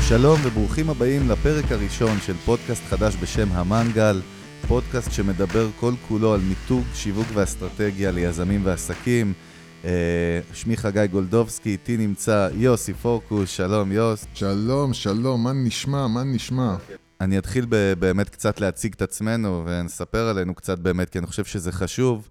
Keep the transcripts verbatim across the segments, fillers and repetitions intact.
שלום וברוכים הבאים לפרק הראשון של פודקאסט חדש בשם המנגל, פודקאסט שמדבר כל כולו על מיתוג, שיווק ואסטרטגיה ליזמים ועסקים. שמי חגי גולדובסקי, איתי נמצא יוסי פורקוש. שלום יוס. שלום, שלום, מה נשמע, מה נשמע? אני אתחיל באמת קצת להציג את עצמנו ונספר עלינו קצת באמת, כי אני חושב שזה חשוב.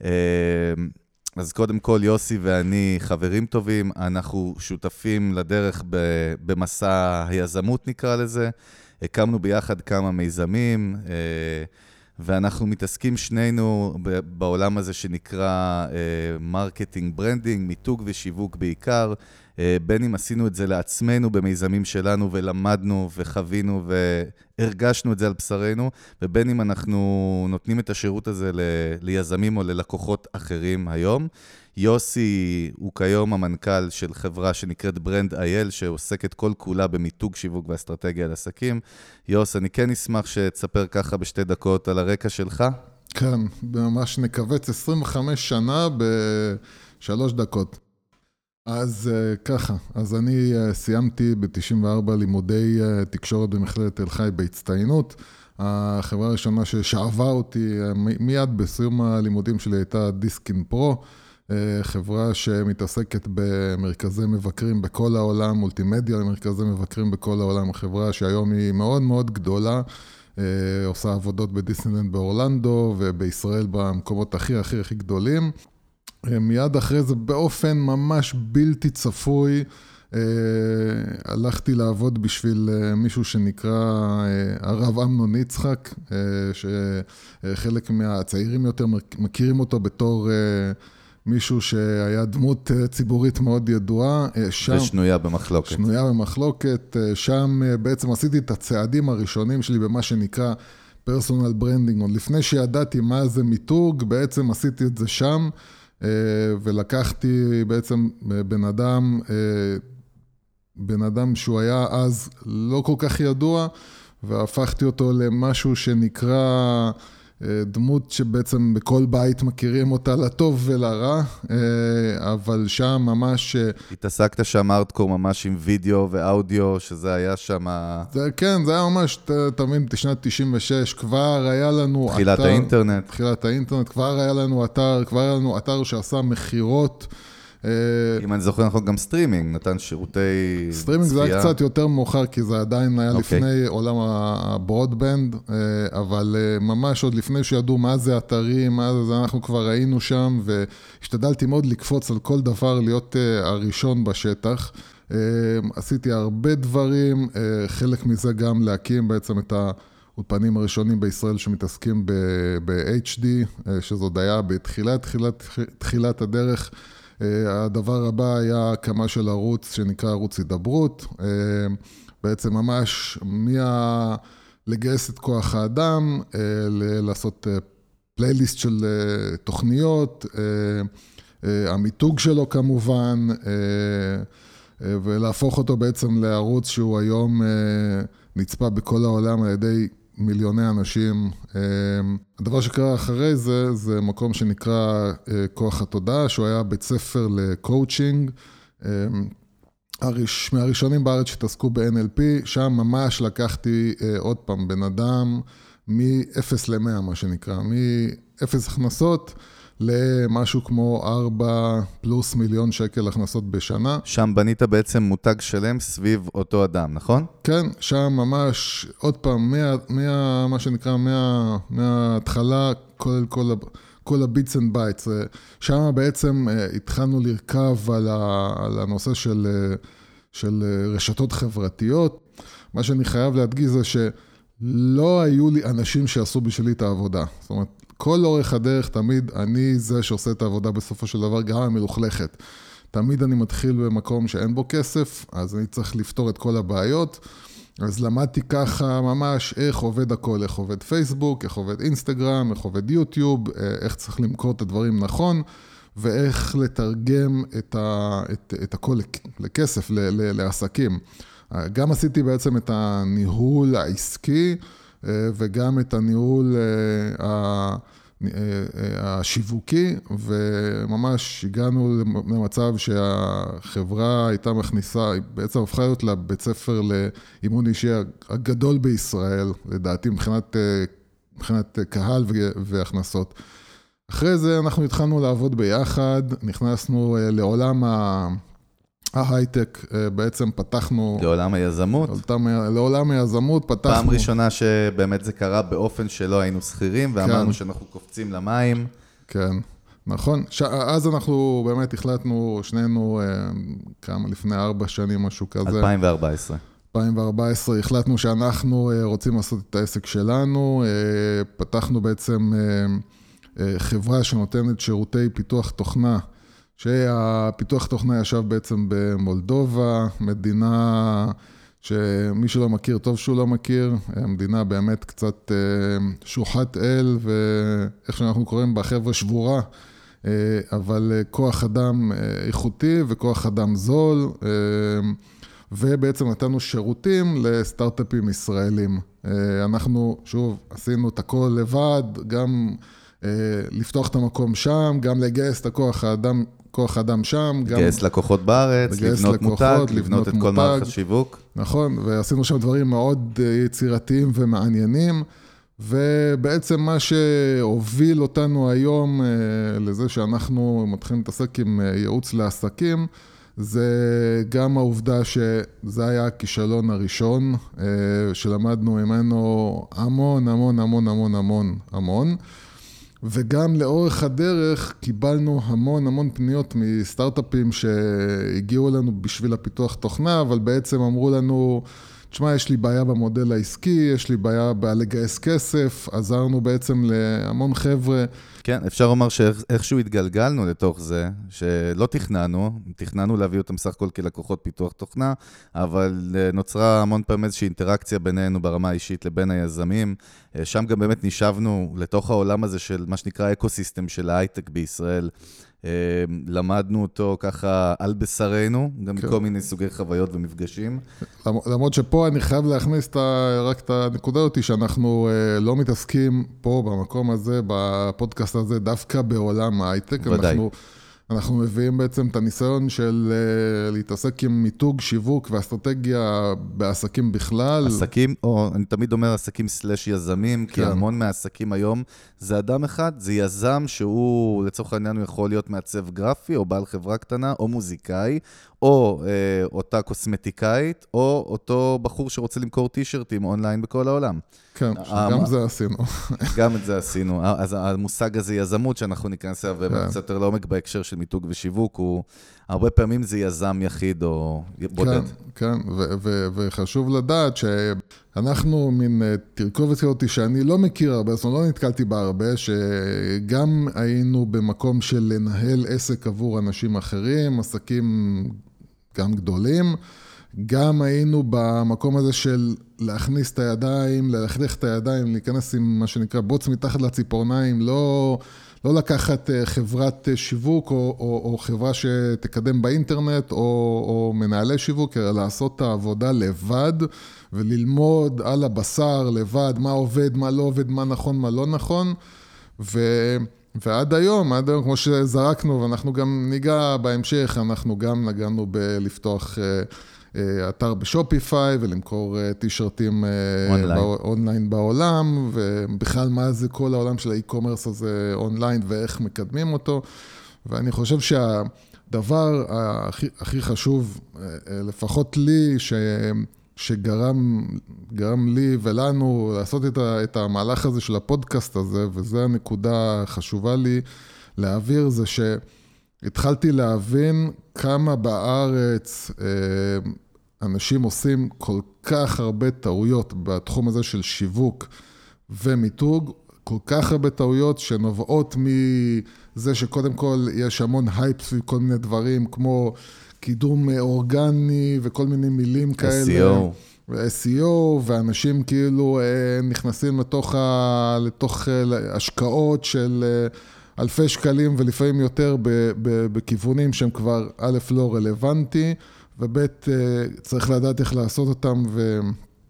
אז קודם כל, יוסי ואני חברים טובים, אנחנו שותפים לדרך במסע היזמות נקרא לזה, הקמנו ביחד כמה מיזמים, ואנחנו מתעסקים שנינו בעולם הזה שנקרא מרקטינג, ברנדינג, מיתוג ושיווק בעיקר, בין אם עשינו את זה לעצמנו במיזמים שלנו ולמדנו וחווינו והרגשנו את זה על בשרנו, ובין אם אנחנו נותנים את השירות הזה ל- ליזמים או ללקוחות אחרים היום. יוסי הוא כיום המנכ"ל של חברה שנקראת ברנד איי אל, שעוסקת כל כולה במיתוג, שיווק ואסטרטגיה לעסקים. יוס, אני כן אשמח שתספר ככה בשתי דקות על הרקע שלך. כן, ממש נקווץ עשרים וחמש שנה בשלוש דקות. אז ככה, אז אני סיימתי ב-תשעים וארבע לימודי תקשורת במכללת תל חי בהצטיינות. החברה הראשונה ששאבה אותי מיד בסיום הלימודים שלי הייתה דיסקין פרו, חברה שמתעסקת במרכזי מבקרים בכל העולם, מולטימדיה למרכזי מבקרים בכל העולם, חברה שהיום היא מאוד מאוד גדולה, עושה עבודות בדיסנילנד באורלנדו ובישראל במקומות הכי הכי הכי גדולים. מיד אחרי זה באופן ממש בלתי צפוי, הלכתי לעבוד בשביל מישהו שנקרא הרב אמנון יצחק, שחלק מהצעירים יותר מכירים אותו בתור מישהו שהיה דמות ציבורית מאוד ידועה. ושנויה במחלוקת. שנויה במחלוקת. שם בעצם עשיתי את הצעדים הראשונים שלי במה שנקרא פרסונל ברנדינג. עוד לפני שידעתי מה זה מיתוג, בעצם עשיתי את זה שם. ולקחתי בעצם בן אדם, בן אדם שהוא היה אז לא כל כך ידוע, והפכתי אותו למשהו שנקרא דמות שבעצם בכל בית מכירים אותה לטוב ולרע, אבל שם ממש... התעסקת שם ארטקור ממש עם וידאו ואודיו, שזה היה שם... זה, כן, זה היה ממש תמיד בשנת תשעים ושש, כבר היה לנו אתר... תחילת האינטרנט. תחילת האינטרנט, כבר היה לנו אתר, כבר היה לנו אתר שעשה מחירות. אם אני זוכר נכון, גם סטרימינג, נתן שירותי צפייה. סטרימינג זה היה קצת יותר מאוחר, כי זה עדיין היה לפני עולם הברודבנד, אבל ממש עוד לפני שידעו מה זה אתרים, אז אנחנו כבר היינו שם, והשתדלתי מאוד לקפוץ על כל דבר, להיות הראשון בשטח. עשיתי הרבה דברים, חלק מזה גם להקים בעצם את האולפנים הראשונים בישראל שמתעסקים ב-אייץ' די, שזאת היה בתחילת, תחילת, תחילת הדרך. הדבר הבא היה הקמה של ערוץ שנקרא ערוץ הידברות, בעצם ממש מה... לגייס את כוח האדם, לעשות פלייליסט של תוכניות, המיתוג שלו כמובן, ולהפוך אותו בעצם לערוץ שהוא היום נצפה בכל העולם על ידי מיליוני אנשים. הדבר שקרה אחרי זה, זה מקום שנקרא כוח התודעה, שהוא היה בית ספר לקואוצ'ינג, מהראשונים בארץ שתעסקו ב-אן אל פי, שם ממש לקחתי עוד פעם בן אדם מ-אפס ל-מאה, מה שנקרא, מ-אפס הכנסות למשהו כמו ארבע פלוס מיליון שקל הכנסות בשנה. שם בנית בעצם מותג שלם סביב אותו אדם, נכון? כן, שם ממש, עוד פעם, מה, מה, מה שנקרא, מה, מההתחלה, כל, כל, כל הביטס אנד בייטס, שם בעצם התחלנו לרכב על, ה, על הנושא של, של רשתות חברתיות. מה שאני חייב להדגיש זה שלא היו לי אנשים שעשו בשבילי את העבודה. זאת אומרת, כל אורך הדרך, תמיד אני זה שעושה את העבודה בסופו של דבר, גם המלוכלכת. תמיד אני מתחיל במקום שאין בו כסף, אז אני צריך לפתור את כל הבעיות. אז למדתי ככה ממש איך עובד הכל, איך עובד פייסבוק, איך עובד אינסטגרם, איך עובד יוטיוב, איך צריך למכור את הדברים נכון, ואיך לתרגם את, ה, את, את הכל לכסף, ל, ל, לעסקים. גם עשיתי בעצם את הניהול העסקי, וגם את הניהול השיווקי, וממש הגענו למצב שהחברה הייתה מכניסה, היא בעצם הפכה להיות לבית ספר לאימון אישי הגדול בישראל, לדעתי מבחינת, מבחינת קהל והכנסות. אחרי זה אנחנו התחלנו לעבוד ביחד, נכנסנו לעולם ההייטק, בעצם פתחנו... לעולם היזמות? לעולם היזמות פתחנו... פעם ראשונה שבאמת זה קרה באופן שלא היינו שכירים, ואמרנו כן. שאנחנו קופצים למים. כן, נכון. ש... אז אנחנו באמת החלטנו, שנינו, כמה לפני ארבע שנים, משהו כזה. אלפיים וארבע עשרה. אלפיים וארבע עשרה החלטנו שאנחנו רוצים לעשות את העסק שלנו, פתחנו בעצם חברה שנותנת שירותי פיתוח תוכנה, שהפיתוח תוכנה ישב בעצם במולדובה, מדינה שמי שלא מכיר, טוב שהוא לא מכיר, מדינה באמת קצת שוחת אל, ואיך שאנחנו קוראים בה חבר'ה שבורה, אבל כוח אדם איכותי וכוח אדם זול, ובעצם נתנו שירותים לסטארט-אפים ישראלים. אנחנו, שוב, עשינו את הכל לבד, גם לפתוח את המקום שם, גם לגייס את הכוח האדם, כוח אדם שם. לגייס לקוחות בארץ, לבנות מותג, לבנות את כל מערך השיווק. נכון, ועשינו שם דברים מאוד יצירתיים ומעניינים, ובעצם מה שהוביל אותנו היום לזה שאנחנו מתחילים להתעסק עם ייעוץ לעסקים, זה גם העובדה שזה היה הכישלון הראשון, שלמדנו ממנו המון, המון, המון, המון, המון, המון. וגם לאורך הדרך קיבלנו המון המון פניות מסטארט-אפים שהגיעו לנו בשביל הפיתוח תוכנה, אבל בעצם אמרו לנו, תשמע, יש לי בעיה במודל העסקי, יש לי בעיה בלגייס כסף, עזרנו בעצם להמון חבר'ה. כן, אפשר לומר שאיכשהו התגלגלנו לתוך זה, שלא תכננו, תכננו להביא אותם סך הכל כלקוחות פיתוח תוכנה, אבל נוצרה המון פעמים איזושהי אינטראקציה בינינו ברמה האישית לבין היזמים, שם גם באמת נשבנו לתוך העולם הזה של מה שנקרא אקוסיסטם של ההייטק בישראל, למדנו אותו ככה על בשרנו, גם כן. מכל מיני סוגי חוויות ומפגשים. למרות שפה אני חייב להכניס רק את הנקודה אותי, שאנחנו לא מתעסקים פה במקום הזה, בפודקאסט הזה, דווקא בעולם ההייטק. ודאי. אנחנו, אנחנו מביאים בעצם את הניסיון של להתעסק עם מיתוג, שיווק ואסטרטגיה בעסקים בכלל. עסקים, או אני תמיד אומר עסקים סלש יזמים, כן. כי המון מהעסקים היום זה אדם אחד, זה יזם שהוא לצורך העניין הוא יכול להיות מעצב גרפי, או בעל חברה קטנה, או מוזיקאי, או אה, אותה קוסמטיקאית, או אותו בחור שרוצה למכור טישרטים אונליין בכל העולם. כן, גם זה עשינו. גם את זה עשינו. אז המושג הזה יזמות שאנחנו ניכנס אליו קצת יותר לעומק בהקשר של מיתוג ושיווק, הוא הרבה פעמים זה יזם יחיד או בודד. כן, כן, וחשוב לדעת שאנחנו מין תרכובת אותי שאני לא מכיר הרבה, זאת אומרת, לא נתקלתי בה הרבה, שגם היינו במקום של לנהל עסק עבור אנשים אחרים, עסקים גם גדולים, גם היינו במקום הזה של להכניס את הידיים, להכניס את הידיים, להיכנס עם מה שנקרא בוץ מתחת לציפורניים, לא, לא לקחת חברת שיווק או, או, או חברה שתקדם באינטרנט או, או מנהלי שיווק, אלא לעשות את העבודה לבד וללמוד על הבשר לבד, מה עובד, מה לא עובד, מה נכון, מה לא נכון, ו... ועד היום, עד היום, כמו שזרקנו, ואנחנו גם ניגע בהמשך, אנחנו גם נגענו בלפתוח אתר בשופיפיי ולמכור טישרטים אונליין בעולם, ובכלל מה זה כל העולם של האי-קומרס הזה אונליין ואיך מקדמים אותו. ואני חושב שהדבר הכי, הכי חשוב, לפחות לי, ש... שגרם גרם לי ולנו לעשות את, ה, את המהלך הזה של הפודקאסט הזה, וזו הנקודה חשובה לי להעביר, זה שהתחלתי להבין כמה בארץ אה, אנשים עושים כל כך הרבה טעויות בתחום הזה של שיווק ומיתוג, כל כך הרבה טעויות שנובעות מזה שקודם כל יש המון הייפ סביב כל מיני דברים כמו קידום אורגני וכל מיני מילים כאלה. אס אי או. ו-אס אי או, ואנשים כאילו נכנסים לתוך, ה... לתוך השקעות של אלפי שקלים ולפעמים יותר ב... ב... בכיוונים שהם כבר א' לא רלוונטי, וב' צריך לדעת איך לעשות אותם,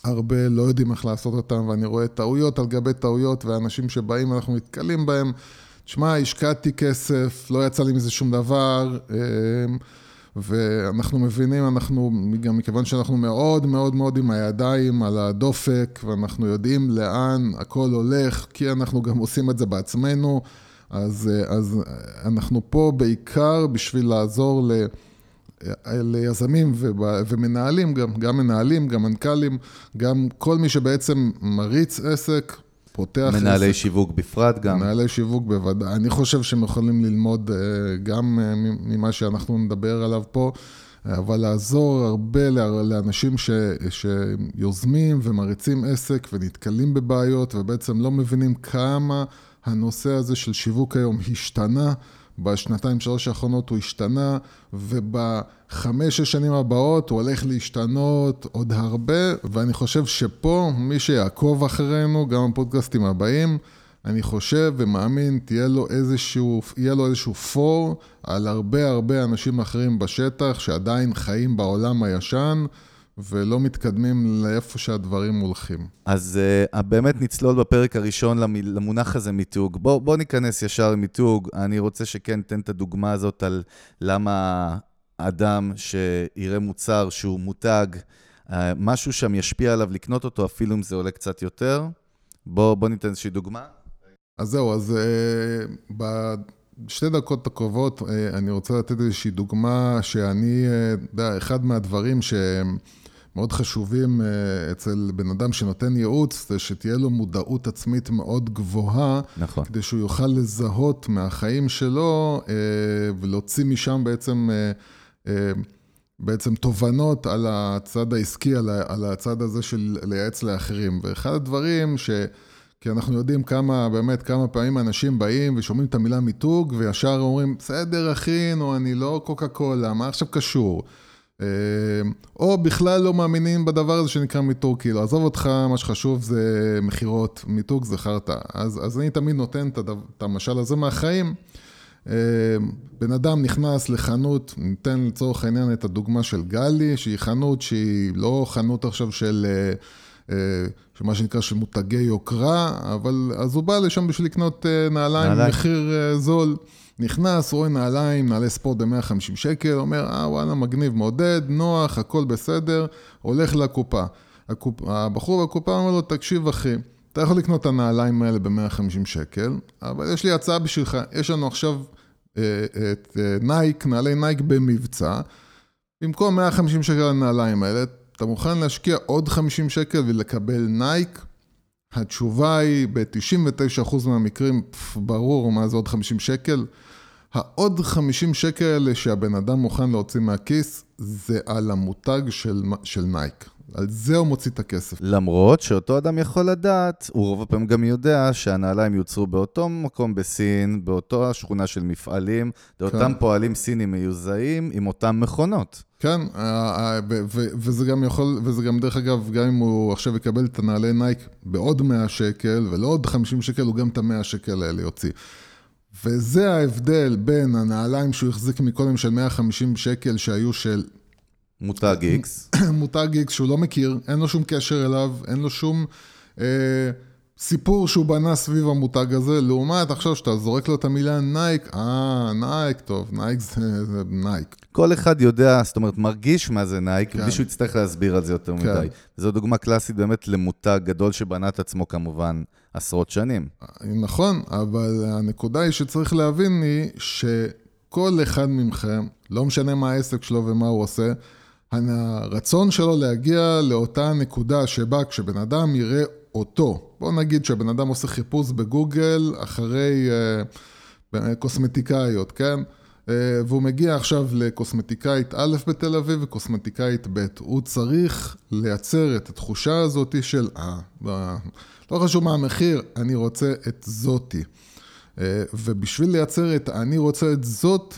הרבה לא יודעים איך לעשות אותם, ואני רואה טעויות על גבי טעויות, ואנשים שבאים, אנחנו מתקלים בהם, תשמע, השקעתי כסף, לא יצא לי מזה שום דבר, ואנחנו מבינים, אנחנו, גם מכיוון שאנחנו מאוד מאוד מאוד עם הידיים על הדופק, ואנחנו יודעים לאן הכל הולך, כי אנחנו גם עושים את זה בעצמנו, אז, אז אנחנו פה בעיקר בשביל לעזור ל... ליזמים ומנהלים, גם, גם מנהלים, גם מנכ"לים, גם כל מי שבעצם מריץ עסק, פותח עסק. מנהלי שיווק בפרט גם. מנהלי שיווק בוודאי. אני חושב שהם יכולים ללמוד גם ממה שאנחנו נדבר עליו פה, אבל לעזור הרבה לאנשים ש, שיוזמים ומריצים עסק ונתקלים בבעיות, ובעצם לא מבינים כמה הנושא הזה של שיווק היום השתנה, בשנתיים שלוש האחרונות הוא השתנה, ובחמש השנים הבאות הוא הולך להשתנות עוד הרבה, ואני חושב שפה מי שיעקוב אחרינו, גם הפודקאסטים הבאים, אני חושב ומאמין, תהיה לו איזשהו, יהיה לו איזשהו פור על הרבה הרבה אנשים אחרים בשטח, שעדיין חיים בעולם הישן, ולא מתקדמים לאיפה שהדברים הולכים. אז uh, באמת נצלול בפרק הראשון למונח הזה מיתוג. בוא, בוא ניכנס ישר למיתוג. אני רוצה שכן תן את הדוגמה הזאת על למה אדם שיראה מוצר שהוא מותג, uh, משהו שם ישפיע עליו לקנות אותו, אפילו אם זה עולה קצת יותר. בוא, בוא ניתן איזושהי דוגמה. אז זהו, אז uh, בשתי דקות הקרובות uh, אני רוצה לתת איזושהי דוגמה שאני, uh, אחד מהדברים שהם מאוד חשובים אצל בן אדם שנותן ייעוץ, זה שתהיה לו מודעות עצמית מאוד גבוהה, נכון. כדי שהוא יוכל לזהות מהחיים שלו, ולהוציא משם בעצם, בעצם תובנות על הצד העסקי, על הצד הזה של לייעץ לאחרים. ואחד הדברים ש... כי אנחנו יודעים כמה, באמת, כמה פעמים אנשים באים ושומעים את המילה מיתוג, וישר אומרים, בסדר אחי, או אני לא קוקה קולה, מה עכשיו קשור? או בכלל לא מאמינים בדבר הזה שנקרא מיתוג, כאילו, עזוב אותך, מה שחשוב זה מחירות, מיתוג זה חרטה. אז, אז אני תמיד נותן את המשל הזה מהחיים. בן אדם נכנס לחנות, ניתן לצורך העניין את הדוגמה של גלי, שהיא חנות שהיא לא חנות עכשיו של, שמה שנקרא של מותגי יוקרה, אבל אז הוא בא לשם בשביל לקנות נעליים במחיר זול. נכנס, רואה נעליים, נעלי ספורט ב-מאה וחמישים שקל, אומר, אה, וואלה, מגניב, מעודד, נוח, הכל בסדר, הולך לקופה. הקופ... הבחור בקופה אומר לו, תקשיב אחי, אתה יכול לקנות את הנעליים האלה ב-מאה וחמישים שקל, אבל יש לי הצעה בשבילך, יש לנו עכשיו אה, את אה, נייק, נעלי נייק במבצע, במקום מאה וחמישים שקל הנעליים האלה, אתה מוכן להשקיע עוד חמישים שקל ולקבל נייק? התשובה היא ב-תשעים ותשעה אחוז מהמקרים, פף, ברור מה זה עוד חמישים שקל. העוד חמישים שקל האלה שהבן אדם מוכן להוציא מהכיס, זה על המותג של, של נייק. על זה הוא מוציא את הכסף. למרות שאותו אדם יכול לדעת, הוא רוב הפעמים גם יודע שהנעליים יוצרו באותו מקום בסין, באותו השכונה של מפעלים, באותם כן. פועלים סינים מיוזעים עם אותם מכונות. כן, וזה גם יכול, וזה גם דרך אגב, גם אם הוא עכשיו יקבל את הנעלי נייק בעוד מאה שקל, ולא עוד חמישים שקל, הוא גם את ה-מאה שקל האלה יוציא. וזה ההבדל בין הנעליים שהוא החזיק מקודם של מאה וחמישים שקל שהיו של... מותג X. מותג X שהוא לא מכיר, אין לו שום קשר אליו, אין לו שום אה, סיפור שהוא בנה סביב המותג הזה, לעומת עכשיו שאתה זורק לו את המילה נייק, אה, נייק, טוב, נייק זה, זה נייק. כל אחד יודע, זאת אומרת, מרגיש מה זה נייק, כן. בלי שהוא יצטרך להסביר על זה יותר כן. מדי. וזו דוגמה קלאסית באמת למותג גדול שבנה את עצמו כמובן עשרות שנים. נכון, אבל הנקודה היא שצריך להבין היא שכל אחד ממכם, לא משנה מה העסק שלו ומה הוא עושה, הרצון שלו להגיע לאותה נקודה שבה כשבן אדם יראה אותו, בוא נגיד שבן אדם עושה חיפוש בגוגל אחרי uh, קוסמטיקאיות, כן? Uh, והוא מגיע עכשיו לקוסמטיקאית א' בתל אביב וקוסמטיקאית ב'. הוא צריך לייצר את התחושה הזאת של, אה, לא חשוב מה המחיר, אני רוצה את זאתי. Uh, ובשביל לייצר את אני רוצה את זאת,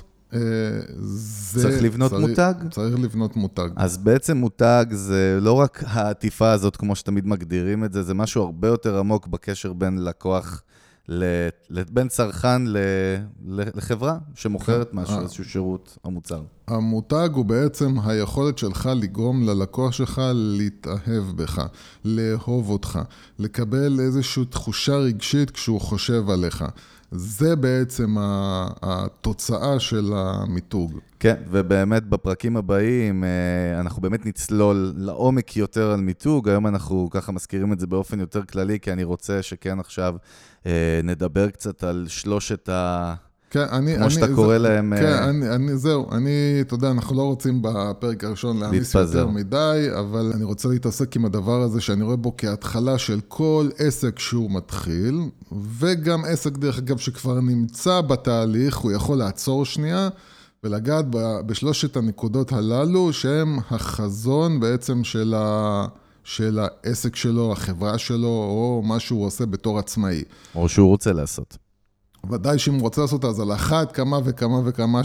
זה צריך לבנות צריך, מותג? צריך לבנות מותג. אז בעצם מותג זה לא רק העטיפה הזאת, כמו שתמיד מגדירים את זה, זה משהו הרבה יותר עמוק בקשר בין לקוח, בין צרכן לחברה שמוכרת משהו, איזשהו שירות או מוצר. המותג הוא בעצם היכולת שלך לגרום ללקוח שלך להתאהב בך, לאהוב אותך, לקבל איזושהי תחושה רגשית כשהוא חושב עליך. זה בעצם התוצאה של המיתוג. כן, ובאמת בפרקים הבאים אנחנו באמת נצלול לעומק יותר על מיתוג. היום אנחנו ככה מזכירים את זה באופן יותר כללי, כי אני רוצה שכן עכשיו נדבר קצת על שלושת ה... כן, אני, כמו אני, שאתה זה, קורא להם... כן, אני, אני, זהו, אני, אתה יודע, אנחנו לא רוצים בפרק הראשון להעמיס יותר מדי, אבל אני רוצה להתעסק עם הדבר הזה שאני רואה בו כהתחלה של כל עסק שהוא מתחיל, וגם עסק דרך אגב שכבר נמצא בתהליך, הוא יכול לעצור שנייה, ולגעת בשלושת הנקודות הללו, שהם החזון בעצם של ה... של העסק שלו, החברה שלו, או מה שהוא עושה בתור עצמאי. או שהוא רוצה לעשות. ודאי שאם הוא רוצה לעשות, אז על אחת כמה וכמה וכמה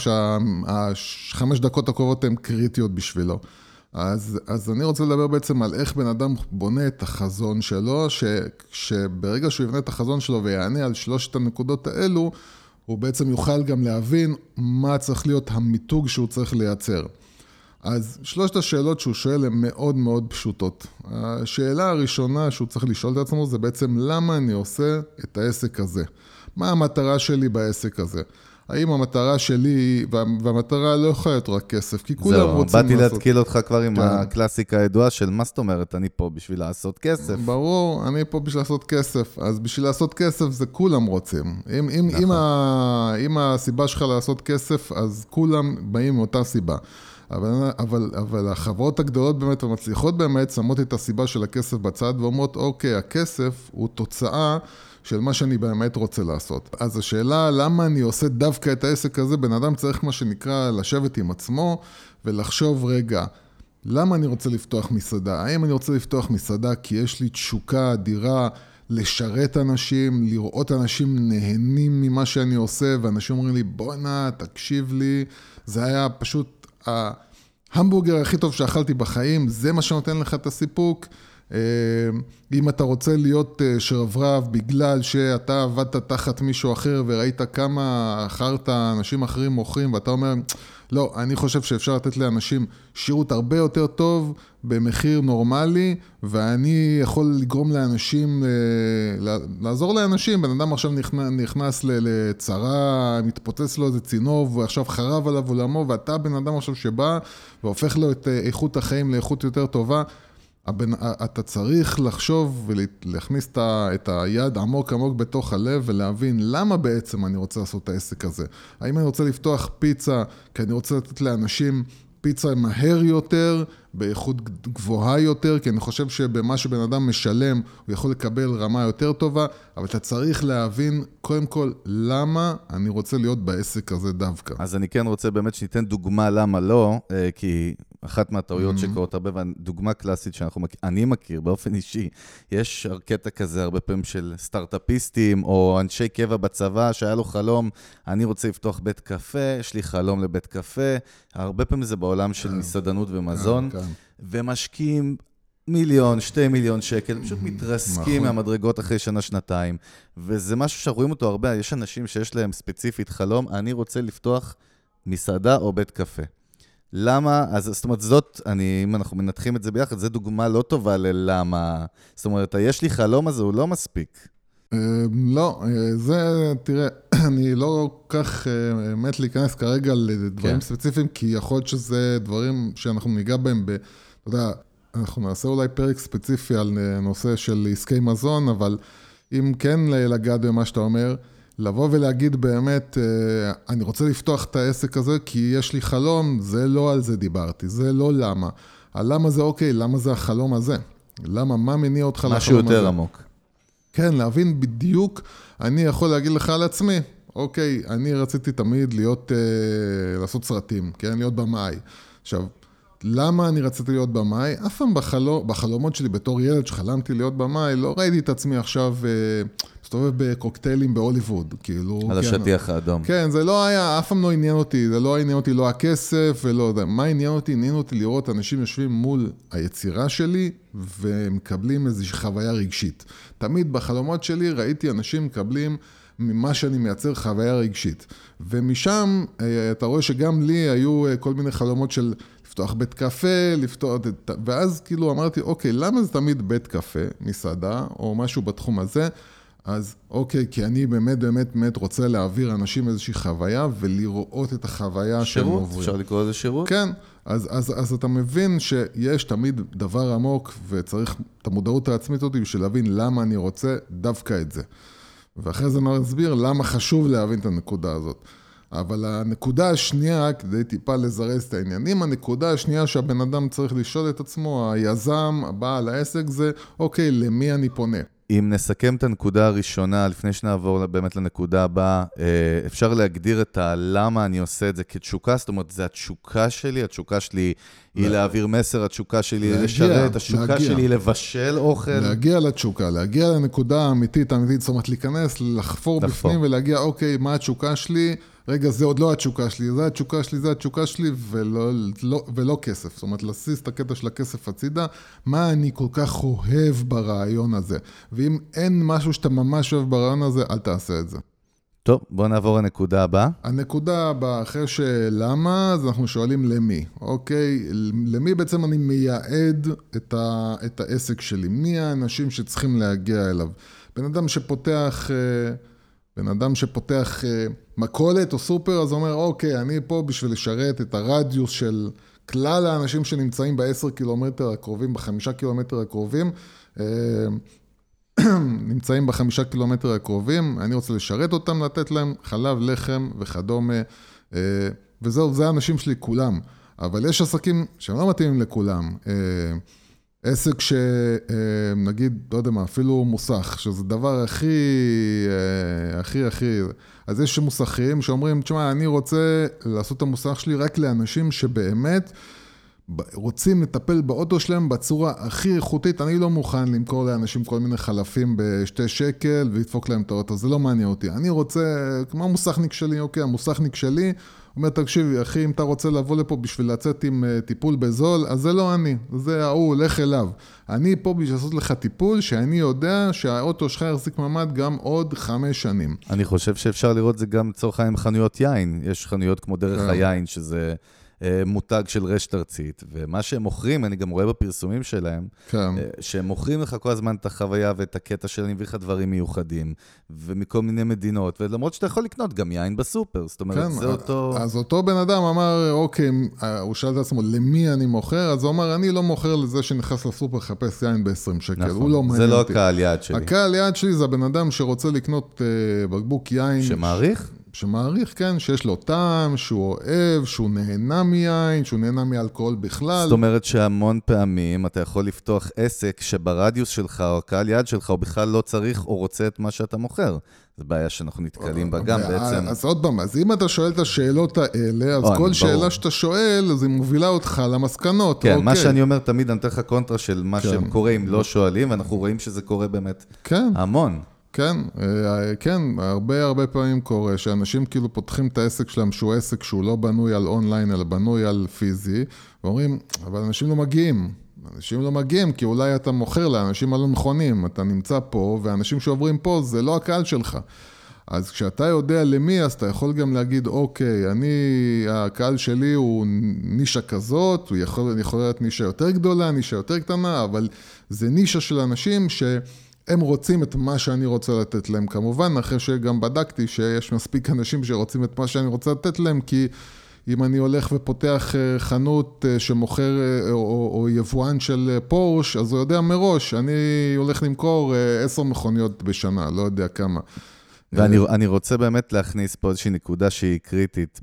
שהחמש דקות הקרובות הן קריטיות בשבילו. אז, אז אני רוצה לדבר בעצם על איך בן אדם בונה את החזון שלו, ש, שברגע שהוא יבנה את החזון שלו ויענה על שלושת הנקודות האלו, הוא בעצם יוכל גם להבין מה צריך להיות המיתוג שהוא צריך לייצר. אז שלושת השאלות שהוא שואל הן מאוד מאוד פשוטות. השאלה הראשונה שהוא צריך לשאול את עצמו זה בעצם למה אני עושה את העסק הזה? מה המטרה שלי בעסק הזה? האם המטרה שלי, והמטרה לא יכולה להיות רק כסף, כי כולם רוצים לעשות... זהו, באתי להתקיל אותך כבר עם הקלאסיקה הידועה של מה זאת אומרת, אני פה בשביל לעשות כסף. ברור, אני פה בשביל לעשות כסף, אז בשביל לעשות כסף זה כולם רוצים. אם, אם, נכון. אם, ה, אם הסיבה שלך לעשות כסף, אז כולם באים מאותה סיבה. אבל, אבל, אבל החברות הגדולות באמת ומצליחות באמת שמות את הסיבה של הכסף בצד ואומרות, אוקיי, הכסף הוא תוצאה של מה שאני באמת רוצה לעשות. אז השאלה, למה אני עושה דווקא את העסק הזה? בן אדם צריך מה שנקרא לשבת עם עצמו ולחשוב רגע, למה אני רוצה לפתוח מסעדה? האם אני רוצה לפתוח מסעדה כי יש לי תשוקה אדירה לשרת אנשים, לראות אנשים נהנים ממה שאני עושה, ואנשים אומרים לי, בוא נע, תקשיב לי, זה היה פשוט ההמבורגר הכי טוב שאכלתי בחיים, זה מה שנותן לך את הסיפוק. אם אתה רוצה להיות שרברב בגלל שאתה עבדת תחת מישהו אחר וראית כמה אחרת אנשים אחרים מוכרים ואתה אומר, לא, אני חושב שאפשר לתת לאנשים שירות הרבה יותר טוב במחיר נורמלי ואני יכול לגרום לאנשים, לעזור לאנשים, בן אדם עכשיו נכנס לצרה, מתפוצץ לו איזה צינור ועכשיו חרב עליו עולמו ואתה בן אדם עכשיו שבא והופך לו את איכות החיים לאיכות יותר טובה, הבן, אתה צריך לחשוב ולהכניס את היד עמוק עמוק בתוך הלב ולהבין למה בעצם אני רוצה לעשות את העסק הזה. האם אני רוצה לפתוח פיצה כי אני רוצה לתת לאנשים פיצה מהר יותר, באיכות גבוהה יותר, כי אני חושב שבמה שבן אדם משלם הוא יכול לקבל רמה יותר טובה, אבל אתה צריך להבין קודם כל למה אני רוצה להיות בעסק הזה דווקא. אז אני כן רוצה באמת שניתן דוגמה למה לא, כי אחת מהטעויות שקורות הרבה, ודוגמה קלאסית שאני מכיר באופן אישי, יש קטע כזה הרבה פעמים של סטארט-אפיסטים או אנשי קבע בצבא שהיה לו חלום, אני רוצה לפתוח בית קפה, יש לי חלום לבית קפה, הרבה פעמים זה בעולם של מסעדנות ומזון, ומשקיעים מיליון, שתי מיליון שקל, פשוט מתרסקים מהמדרגות אחרי שנה, שנתיים, וזה משהו שרואים אותו הרבה, יש אנשים שיש להם ספציפית חלום, אני רוצה לפתוח מסעדה או בית קפה. למה? אז זאת אומרת, זאת, אני, אם אנחנו מנתחים את זה ביחד, זו דוגמה לא טובה ללמה. זאת אומרת, יש לי חלום הזה, הוא לא מספיק. לא, זה, תראה, אני לא כך מת להיכנס כרגע לדברים ספציפיים, כי יכול להיות שזה דברים שאנחנו ניגע בהם, אתה יודע, אנחנו נעשה אולי פרק ספציפי על נושא של עסקי מזון, אבל אם כן לגעת במה שאתה אומר, לבוא ולהגיד באמת, אני רוצה לפתוח את העסק הזה כי יש לי חלום, זה לא על זה דיברתי, זה לא למה. הלמה זה אוקיי, למה זה החלום הזה? למה, מה מניע אותך לחלום הזה? משהו יותר עמוק. כן, להבין בדיוק, אני יכול להגיד לך על עצמי, אוקיי, אני רציתי תמיד להיות, לעשות סרטים, כן, להיות במאי. עכשיו, למה אני רציתי להיות במאי? אף פעם בחלום, בחלומות שלי בתור ילד שחלמתי להיות במאי, לא ראיתי את עצמי עכשיו מסתובב בקוקטיילים בהוליווד, כאילו... על השטיח האדום. כן, זה לא היה, אף פעם לא עניין אותי, זה לא עניין אותי לא הכסף ולא... מה עניין אותי? עניין אותי לראות אנשים יושבים מול היצירה שלי ומקבלים איזושהי חוויה רגשית. תמיד בחלומות שלי ראיתי אנשים מקבלים ממה שאני מייצר חוויה רגשית. ומשם אתה רואה שגם לי היו כל מיני חלומות של לפתוח בית קפה, לפתוח, ואז כאילו אמרתי, אוקיי, למה זה תמיד בית קפה, מסעדה, או משהו בתחום הזה? אז אוקיי, כי אני באמת באמת באמת רוצה להעביר אנשים איזושהי חוויה, ולראות את החוויה שהם עוברים. שירות, אפשר לקרוא לזה שירות? כן, אז, אז, אז אתה מבין שיש תמיד דבר עמוק, וצריך את המודעות העצמית אותי, בשביל להבין למה אני רוצה דווקא את זה. ואחרי זה נסביר למה חשוב להבין את הנקודה הזאת. אבל הנקודה השנייה, כדי טיפה לזרז את העניינים, הנקודה השנייה שהבן אדם צריך לשאול את עצמו, היזם, הבעל העסק זה, אוקיי, למי אני פונה? אם נסכם את הנקודה הראשונה, לפני שנעבור באמת לנקודה הבאה, אפשר להגדיר את הלמה אני עושה את זה כתשוקה, זאת אומרת, זה התשוקה שלי, התשוקה שלי היא להעביר מסר, התשוקה שלי היא לשרת, התשוקה שלי היא לבשל אוכל. להגיע לתשוקה, להגיע לנקודה האמיתית, האמיתית, זאת אומרת, להיכנס, לחפור בפנים ולהגיע, אוקיי, מה התשוקה שלי? רגע, זה עוד לא התשוקה שלי, זה התשוקה שלי, זה התשוקה שלי, ולא, לא, ולא כסף. זאת אומרת, לסיס את הקטע של הכסף הצידה, מה אני כל כך אוהב ברעיון הזה. ואם אין משהו שאתה ממש אוהב ברעיון הזה, אל תעשה את זה. טוב, בוא נעבור לנקודה הבאה. הנקודה הבאה, אחרי שלמה, אז אנחנו שואלים למי. אוקיי, למי בעצם אני מייעד את, ה, את העסק שלי? מי האנשים שצריכים להגיע אליו? בן אדם שפותח... בן אדם שפותח מקולת או סופר, אז אומר, אוקיי, אני פה בשביל לשרת את הרדיוס של כלל האנשים שנמצאים בעשר קילומטר הקרובים, בחמישה קילומטר הקרובים, נמצאים בחמישה קילומטר הקרובים, אני רוצה לשרת אותם, לתת להם חלב, לחם וכדומה, וזהו, זה האנשים שלי כולם. אבל יש עסקים שהם לא מתאימים לכולם. עסק שנגיד, לא יודע מה, אפילו מוסך, שזה דבר הכי, הכי, הכי, אז יש מוסכים שאומרים, תשמע, אני רוצה לעשות את המוסך שלי רק לאנשים שבאמת רוצים לטפל באוטו שלהם בצורה הכי איכותית, אני לא מוכן למכור לאנשים כל מיני חלפים בשתי שקל ולדפוק להם את האוטו, זה לא מעניין אותי. אני רוצה, כמו המוסכניק שלי, אוקיי, המוסכניק שלי, אומר, תקשיב, אחי, אם אתה רוצה לבוא לפה בשביל לצאת עם טיפול בזול, אז זה לא אני, זה ההוא, לך אליו. אני פה בשביל לעשות לך טיפול, שאני יודע שהאוטו שלך יחזיק ממד גם עוד חמש שנים. אני חושב שאפשר לראות זה גם לצורך העניין חנויות יין. יש חנויות כמו דרך היין, שזה מותג של רשת ארצית, ומה שהם מוכרים, אני גם רואה בפרסומים שלהם, שהם מוכרים לך כל הזמן את החוויה ואת הקטע של אני מביא לך דברים מיוחדים, ומכל מיני מדינות, ולמרות שאתה יכול לקנות גם יין בסופר, זאת אומרת, זה אותו... אז אותו בן אדם אמר, אוקיי, הוא שאל את עצמו, למי אני מוכר? אז הוא אמר, אני לא מוכר לזה שנכנס לסופר לחפש יין ב-עשרים שקל, הוא לא מעניין אותי. זה לא הקהל יעד שלי. הקהל יעד שלי זה הבן אדם שרוצה לקנות בקבוק יין... שמעריך? שמעריך, כן, שיש לו טעם, שהוא אוהב, שהוא נהנה מיין, שהוא נהנה מאלכוהול בכלל. זאת אומרת שהמון פעמים אתה יכול לפתוח עסק שברדיוס שלך או הקהל יעד שלך הוא בכלל לא צריך או רוצה את מה שאתה מוכר. זו בעיה שאנחנו נתקלים בה גם בעצם. אז עוד פעם, אז אם אתה שואל את השאלות האלה, אז כל שאלה שאתה שואל, אז היא מובילה אותך למסקנות. כן, מה שאני אומר תמיד, אני נותן לך קונטרה של מה שהם קורה אם לא שואלים, ואנחנו רואים שזה קורה באמת המון. כן, כן, הרבה הרבה פעמים קורה שאנשים כאילו פותחים את העסק שלהם שהוא עסק שהוא לא בנוי על אונליין אלא בנוי על פיזי, ואומרים, אבל אנשים לא מגיעים, אנשים לא מגיעים כי אולי אתה מוכר לאנשים הלא נכונים, אתה נמצא פה ואנשים שעוברים פה זה לא הקהל שלך. אז כשאתה יודע למי, אז אתה יכול גם להגיד, אוקיי, אני, הקהל שלי הוא נישה כזאת, הוא יכול, יכול להיות נישה יותר גדולה, נישה יותר קטנה, אבל זה נישה של אנשים ש... הם רוצים את מה שאני רוצה לתת להם, כמובן, אחרי שגם בדקתי שיש מספיק אנשים שרוצים את מה שאני רוצה לתת להם, כי אם אני הולך ופותח חנות שמוכר או, או, או יבואן של פורש, אז הוא יודע מראש, אני הולך למכור עשר מכוניות בשנה, לא יודע כמה. ואני אני רוצה באמת להכניס פה איזושהי נקודה שהיא קריטית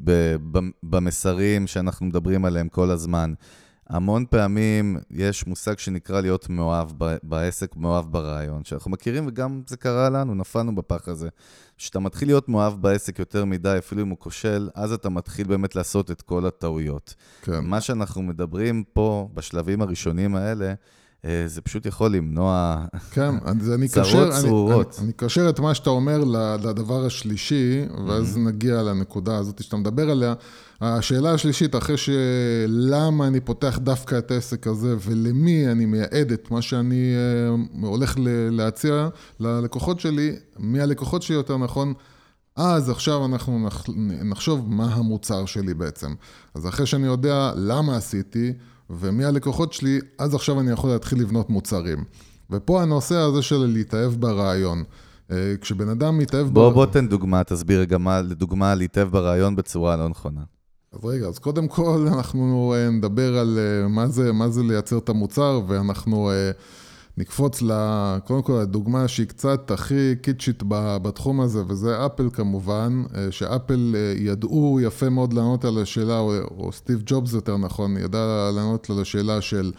במסרים שאנחנו מדברים עליהם כל הזמן. המון פעמים יש מושג שנקרא להיות מאוהב בעסק, מאוהב ברעיון, שאנחנו מכירים וגם זה קרה לנו, נפלנו בפח הזה. שאתה מתחיל להיות מאוהב בעסק יותר מדי, אפילו אם הוא כושל, אז אתה מתחיל באמת לעשות את כל הטעויות. כן. מה שאנחנו מדברים פה בשלבים הראשונים האלה, זה פשוט יכול למנוע כן, אני צרות צרורות. אני, אני קשר את מה שאתה אומר לדבר השלישי, ואז mm-hmm. נגיע לנקודה הזאת שאתה מדבר עליה. השאלה השלישית, אחרי שלמה אני פותח דווקא את העסק הזה, ולמי אני מייעד את מה שאני uh, הולך להציע ללקוחות שלי, מי הלקוחות שלי יותר נכון, אז עכשיו אנחנו נחשוב מה המוצר שלי בעצם. אז אחרי שאני יודע למה עשיתי, ומי הלקוחות שלי, אז עכשיו אני יכול להתחיל לבנות מוצרים. ופה הנושא הזה של להתאהב ברעיון. כשבן אדם מתאהב... בוא, בוא תן דוגמה, תסביר גם לדוגמה להתאהב ברעיון בצורה לא נכונה. אז רגע, אז קודם כל אנחנו נדבר על מה זה, מה זה לייצר את המוצר, ואנחנו נקפוץ ל... קודם כל, הדוגמה שהיא קצת הכי קיצ'ית בתחום הזה, וזה אפל כמובן, שאפל ידעו יפה מאוד לענות על השאלה, או, או סטיב ג'ובס יותר נכון, ידע לענות על השאלה של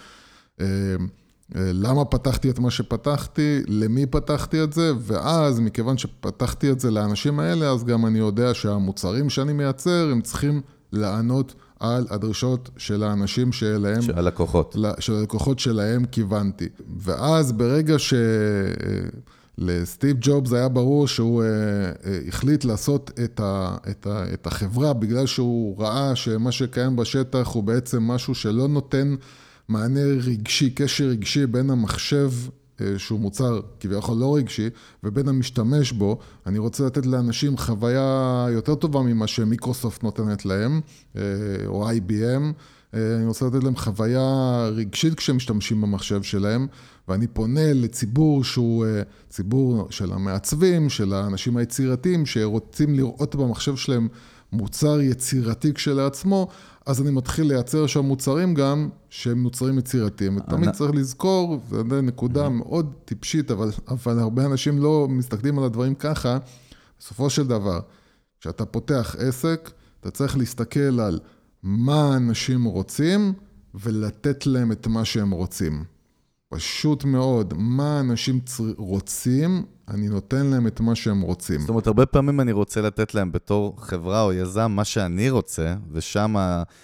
למה פתחתי את מה שפתחתי, למי פתחתי את זה, ואז מכיוון שפתחתי את זה לאנשים האלה, אז גם אני יודע שהמוצרים שאני מייצר, הם צריכים לענות על הדרישות של האנשים שלהם, של הלקוחות. של הלקוחות שלהם כיוונתי. ואז ברגע שלסטיב ג'ובס היה ברור שהוא החליט לעשות את, ה, את, ה, את החברה, בגלל שהוא ראה שמה שקיים בשטח הוא בעצם משהו שלא נותן מענה רגשי, קשר רגשי בין המחשב, שהוא מוצר כביכול לא רגשי, ובין המשתמש בו, אני רוצה לתת לאנשים חוויה יותר טובה ממה שמיקרוסופט נותנת להם, או איי בי אם, אני רוצה לתת להם חוויה רגשית כשהם משתמשים במחשב שלהם, ואני פונה לציבור שהוא ציבור של המעצבים, של האנשים היצירתיים, שרוצים לראות במחשב שלהם מוצר יצירתי כשלעצמו, אז אני מתחיל לייצר שם מוצרים גם שהם מוצרים יצירתיים. ותמיד צריך לזכור, זו נקודה מאוד טיפשית, אבל, אבל הרבה אנשים לא מסתכלים על הדברים ככה. בסופו של דבר, כשאתה פותח עסק, אתה צריך להסתכל על מה האנשים רוצים, ולתת להם את מה שהם רוצים. פשוט מאוד, מה אנשים רוצים, אני נותן להם את מה שהם רוצים. זאת אומרת, הרבה פעמים אני רוצה לתת להם בתור חברה או יזם מה שאני רוצה, ושם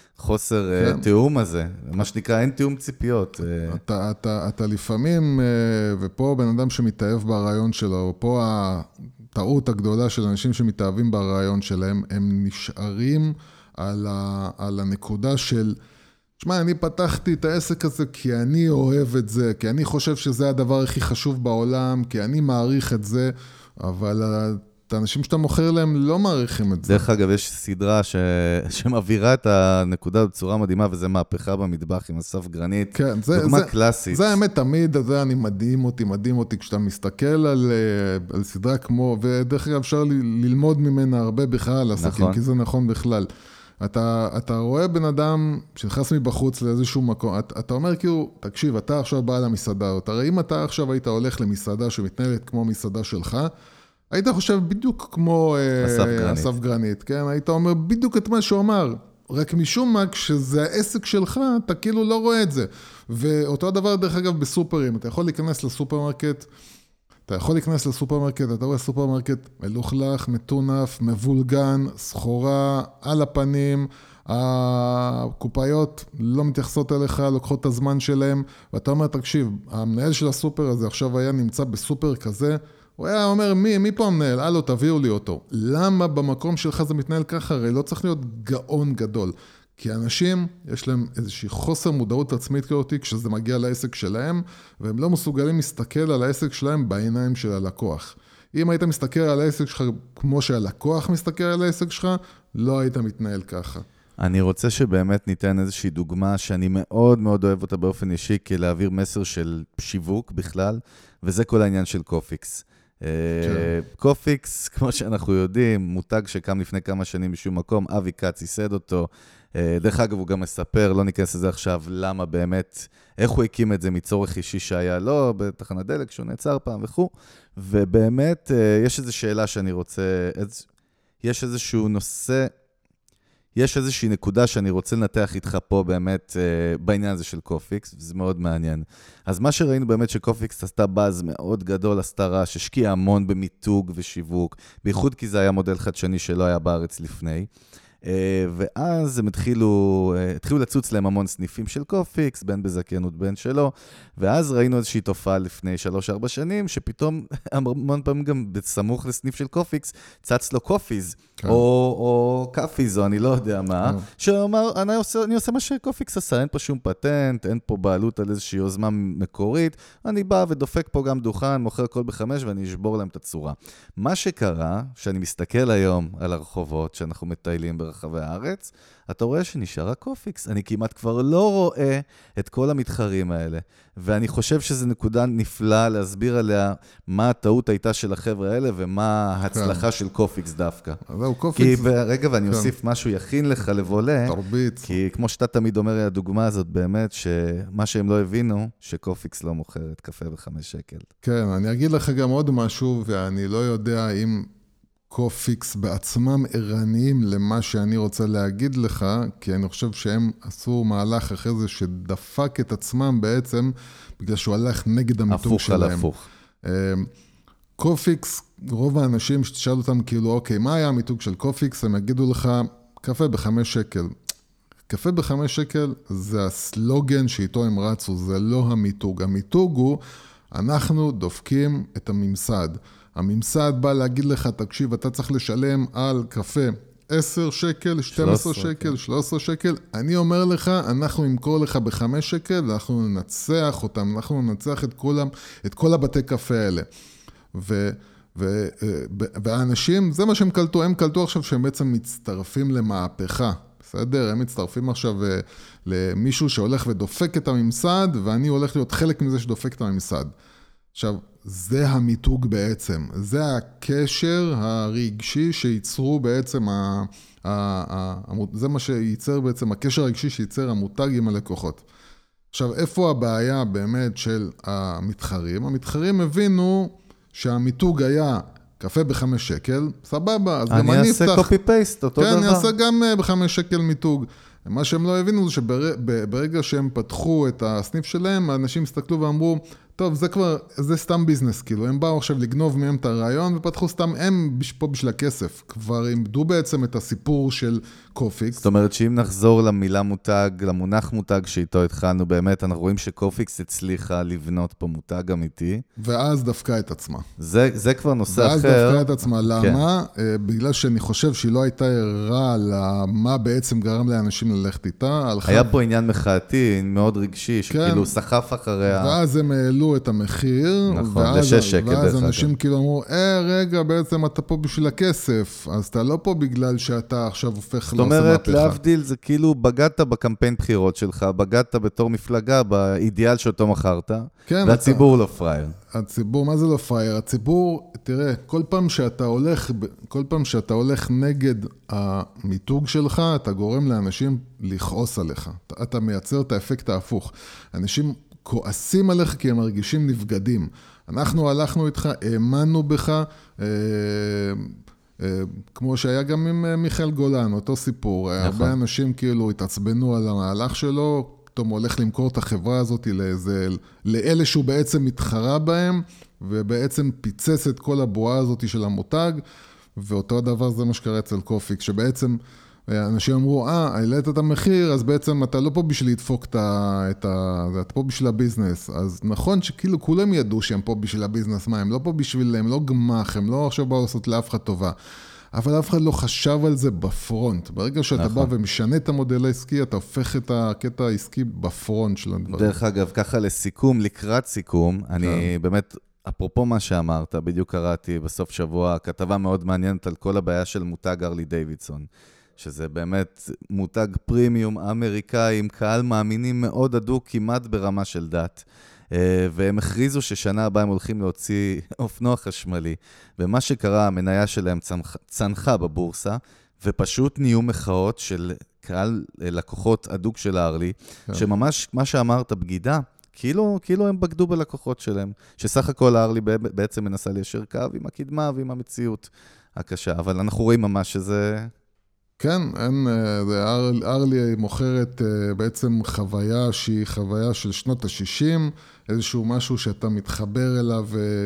החוסר כן. תיאום הזה, מה שנקרא, אין תיאום ציפיות. אתה, אתה, אתה לפעמים, ופה בן אדם שמתאהב ברעיון שלו, פה הטעות הגדולה של אנשים שמתאהבים ברעיון שלהם, הם נשארים על, ה, על הנקודה של... תשמע, אני פתחתי את העסק הזה כי אני אוהב את זה, כי אני חושב שזה הדבר הכי חשוב בעולם, כי אני מעריך את זה, אבל את האנשים שאתה מוכר להם לא מעריכים את זה. דרך אגב, יש סדרה ש... שמעבירה את הנקודה בצורה מדהימה, וזה מהפכה במטבח עם אסף גרנית. כן, זה, דוגמה זה, קלאסית. זה האמת תמיד, זה אני מדהים אותי, מדהים אותי, כשאתה מסתכל על, על סדרה כמו, ודרך אגב אפשר ללמוד ממנה הרבה בכלל על עסקים, נכון. כי זה נכון בכלל. אתה, אתה רואה בן אדם שנכנס מבחוץ לאיזשהו מקום, אתה, אתה אומר כאילו, תקשיב, אתה עכשיו בא למסעדה, הרי אם אתה עכשיו היית הולך למסעדה שמתנהלת כמו מסעדה שלך, היית חושב בדיוק כמו אסף גרנית. אסף גרנית, כן? היית אומר בדיוק את מה שהוא אמר, רק משום מה, כשזה העסק שלך, אתה כאילו לא רואה את זה. ואותו הדבר דרך אגב בסופרים, אתה יכול להיכנס לסופרמרקט, אתה יכול להיכנס לסופרמרקט, אתה רואה סופרמרקט מלוכלך, מטונף, מבולגן, סחורה על הפנים, הקופאיות לא מתייחסות אליך, לוקחות את הזמן שלהם, ואתה אומר, תקשיב, המנהל של הסופר הזה עכשיו היה נמצא בסופר כזה, הוא היה אומר, מי, מי פה המנהל? הלו, תביאו לי אותו. למה במקום שלך זה מתנהל ככה? הרי לא צריך להיות גאון גדול. כי אנשים, יש להם איזושהי חוסר מודעות עצמית כאותי כשזה מגיע לעסק שלהם, והם לא מסוגלים להסתכל על העסק שלהם בעיניים של הלקוח. אם היית מסתכל על העסק שלך כמו שהלקוח מסתכל על העסק שלך, לא היית מתנהל ככה. אני רוצה שבאמת ניתן איזושהי דוגמה שאני מאוד מאוד אוהב אותה באופן אישי, כי להעביר מסר של שיווק בכלל, וזה כל העניין של קופיקס. קופיקס, כמו שאנחנו יודעים, מותג שקם לפני כמה שנים בשום מקום, אבי קץ ייסד אותו, דרך אגב הוא גם מספר, לא ניכנס לזה עכשיו, למה באמת, איך הוא הקים את זה מצורך אישי שהיה לו, בתחנת דלק שהוא נעצר פעם וכו', ובאמת יש איזו שאלה שאני רוצה, יש איזשהו נושא, יש איזושהי נקודה שאני רוצה לנתח איתך פה באמת בעניין הזה של קופיקס, וזה מאוד מעניין. אז מה שראינו באמת שקופיקס עשתה באז מאוד גדול, עשתה רעש, השקיעה המון במיתוג ושיווק, בייחוד כי זה היה מודל חדשני שלא היה בארץ לפני. ואז הם התחילו, התחילו לצוץ להם המון סניפים של קופיקס, בין בזכיינות בין שלו, ואז ראינו איזושהי תופעה לפני שלוש ארבע שנים, שפתאום המון פעמים גם בסמוך לסניף של קופיקס, צץ לו קופיז, או, או קאפיז, או אני לא יודע מה, שאומר, אני עושה, אני עושה מה שקופיקס עשה, אין פה שום פטנט, אין פה בעלות על איזושהי יוזמה מקורית, אני בא ודופק פה גם דוכן, מוכר הכל בחמש, ואני אשבור להם את הצורה. מה שקרה, שאני מסתכל היום על הרחובות, שאנחנו מטיילים ברחבי הארץ, אתה רואה שנשאר הקופיקס. אני כמעט כבר לא רואה את כל המתחרים האלה. ואני חושב שזו נקודה נפלאה להסביר עליה מה הטעות הייתה של החבר'ה האלה, ומה ההצלחה של קופיקס דווקא. זהו, קופיקס... כי רגע, ואני אוסיף משהו יכין לך לבולה, תרביץ. כי כמו שאתה תמיד אומר, הדוגמה הזאת באמת, שמה שהם לא הבינו, שקופיקס לא מוכרת קפה בחמש שקל. כן, אני אגיד לך גם עוד משהו, ואני לא יודע אם... קופיקס בעצמם ערניים למה שאני רוצה להגיד לך, כי אני חושב שהם עשו מהלך אחרי זה שדפק את עצמם בעצם, בגלל שהוא הלך נגד המיתוג שלהם. הפוך על הפוך. קופיקס, רוב האנשים שתשאל אותם כאילו, אוקיי, מה היה המיתוג של קופיקס? הם יגידו לך, קפה בחמש שקל. קפה בחמש שקל זה הסלוגן שאיתו הם רצו, זה לא המיתוג. המיתוג הוא, אנחנו דופקים את הממסד. הממסד בא להגיד לך, תקשיב, אתה צריך לשלם על קפה עשר שקל, שתים עשרה שקל, שלוש עשרה שקל. אני אומר לך, אנחנו נמכור לך בחמש שקל, ואנחנו ננצח אותם, אנחנו ננצח את כל, את כל הבתי קפה האלה. ו, ו, והאנשים, זה מה שהם קלטו, הם קלטו עכשיו שהם בעצם מצטרפים למהפכה. בסדר? הם מצטרפים עכשיו למישהו שהולך ודופק את הממסד, ואני הולך להיות חלק מזה שדופק את הממסד. עכשיו, זה המיתוג בעצם, זה הקשר הרגשי שייצרו בעצם, ה, ה, ה, זה מה שייצר בעצם, הקשר הרגשי שייצר המותג עם הלקוחות. עכשיו, איפה הבעיה באמת של המתחרים? המתחרים הבינו שהמיתוג היה קפה בחמש שקל, סבבה, אז גם אני אפתח... אני אעשה קופי פייסט, אותו דבר. כן, אני אעשה גם בחמש שקל מיתוג. מה שהם לא הבינו זה שברגע שהם פתחו את הסניף שלהם, האנשים הסתכלו ואמרו, טוב, זה כבר, זה סתם ביזנס, כאילו, הם באו עכשיו לגנוב מהם את הרעיון, ופתחו סתם, הם פה בשביל הכסף. כבר אימדו בעצם את הסיפור של קופיקס. זאת אומרת שאם נחזור למילה מותג, למונח מותג שאיתו התחלנו, באמת, אנחנו רואים שקופיקס הצליחה לבנות פה מותג אמיתי. ואז דווקא את עצמה. זה, זה כבר נושא ואז אחר. ואז דווקא את עצמה. למה? כן. בגלל שאני חושב שהיא לא הייתה ערה למה בעצם גרם לאנשים ללכת איתה. היה פה עניין מחאתי, מאוד רגשי, שכאילו כן. סחף אחריה. ואז הם העלו את המחיר, נכון, ואז, לשש שקל ואז דרך אנשים אגב. כאילו אמרו, אה, רגע, בעצם אתה פה בשביל הכסף, אז אתה לא פה בגלל שאתה עכשיו הופך זאת אומרת, להבדיל, זה כאילו בגדת בקמפיין בחירות שלך, בגדת בתור מפלגה, באידיאל שאותו מכרת, כן, והציבור אתה, לא פרייר. הציבור, מה זה לא פרייר? הציבור, תראה, כל פעם שאתה הולך, כל פעם שאתה הולך נגד המיתוג שלך, אתה גורם לאנשים לכעוס עליך. אתה, אתה מייצר את האפקט ההפוך. אנשים כועסים עליך כי הם מרגישים נבגדים. אנחנו הלכנו איתך, האמנו בך, אה, אה, כמו שהיה גם עם מיכאל גולן, אותו סיפור. נכון. הרבה אנשים כאילו התעצבנו על המהלך שלו, פתאום הולך למכור את החברה הזאת לאיזה, לאלה שהוא בעצם מתחרה בהם, ובעצם פיצץ את כל הבועה הזאת של המותג, ואותו הדבר זה מה שקרה אצל קופיקס, שבעצם אנשים אמרו, אה, העלית את המחיר, אז בעצם אתה לא פה בשביל לדפוק את ה... אתה פה בשביל הביזנס. אז נכון שכאילו כולם ידעו שהם פה בשביל הביזנס, מה, הם לא פה בשביל, הם לא גמח, הם לא עכשיו באו לעשות לאף אחד טובה. אבל אף אחד לא חשב על זה בפרונט. ברגע שאתה נכון. בא ומשנה את המודל העסקי, אתה הופך את הקטע העסקי בפרונט של הדברים. דרך אגב, ככה לסיכום, לקראת סיכום, אני באמת... אפרופו מה שאמרת, בדיוק קראתי בסוף שבוע, כתבה מאוד מעניינת על כל הבעיה של מותג הרלי דיווידסון, שזה באמת מותג פרימיום אמריקאי עם קהל מאמינים מאוד הדוק, כמעט ברמה של דת. והם הכריזו ששנה הבאה הם הולכים להוציא אופנוע חשמלי, ומה שקרה, המניה שלהם צנחה בבורסה, ופשוט נהיו מחאות של קהל לקוחות הדוק של הרלי, שממש מה שאמרת, בגידה, כאילו, כאילו הם בגדו בלקוחות שלהם, שסך הכל הרלי בעצם מנסה ליישר קו עם הקדמה ועם המציאות הקשה, אבל אנחנו רואים ממש שזה... כן, אין, הרלי מוכרת בעצם חוויה שהיא חוויה של שנות ה-שישים, איזשהו משהו שאתה מתחבר אליו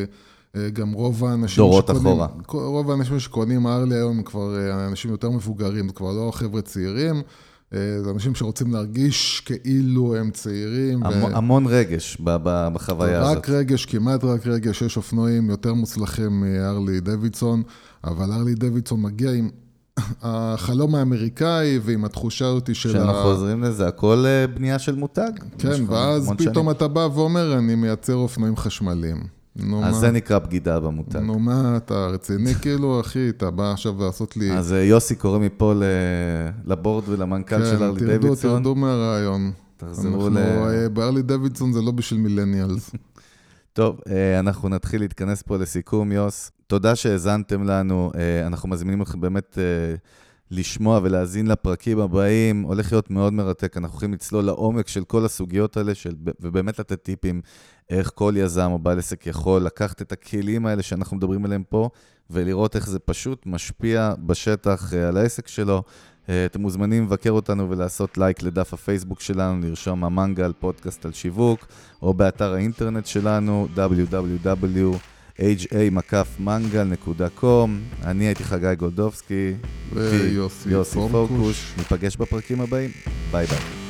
גם רוב האנשים דורות שקונים, אחורה. רוב האנשים שקונים ארלי היום הם כבר אנשים יותר מבוגרים, זה כבר לא חבר'ה צעירים, זה אנשים שרוצים להרגיש כאילו הם צעירים. המון, ו... המון רגש בחוויה רק הזאת. רק רגש, כמעט רק רגש, יש אופנועים יותר מוצלחים מארלי דוידסון, אבל ארלי דוידסון מגיע עם החלום האמריקאי ועם התחושה אותי של... שאנחנו ה... חוזרים לזה, הכל בנייה של מותג. כן, ואז פתאום שנים. אתה בא ואומר, אני מייצר אופנועים חשמליים. אז מה... זה נקרא בגידה במותג. נו מה, אתה רציני כאילו, אחי, אתה בא עכשיו לעשות לי... אז יוסי קורא מפה לבורד ולמנכ"ל כן, של ארלי תרדו, דוידסון. כן, תרדו מהרעיון. תחזרו ל... בארלי דוידסון זה לא בשביל מילניאלס. טוב, אנחנו נתחיל להתכנס פה לסיכום, יוס. תודה שהזנתם לנו, אנחנו מזמינים אתכם באמת לשמוע ולהזין לפרקים הבאים, הולך להיות מאוד מרתק, אנחנו יכולים לצלול לעומק של כל הסוגיות האלה, של, ובאמת לתת טיפים איך כל יזם או בעל עסק יכול לקחת את הכלים האלה שאנחנו מדברים עליהם פה, ולראות איך זה פשוט משפיע בשטח על העסק שלו. אתם מוזמנים לבקר אותנו ולעשות לייק לדף הפייסבוק שלנו, לרשום המנגל פודקאסט על שיווק, או באתר האינטרנט שלנו, דאבליו דאבליו דאבליו נקודה אייץ' איי מקף מנגל נקודה קום. אני הייתי חגי גולדובסקי, ויוסי פורקוש. ניפגש בפרקים הבאים. ביי ביי.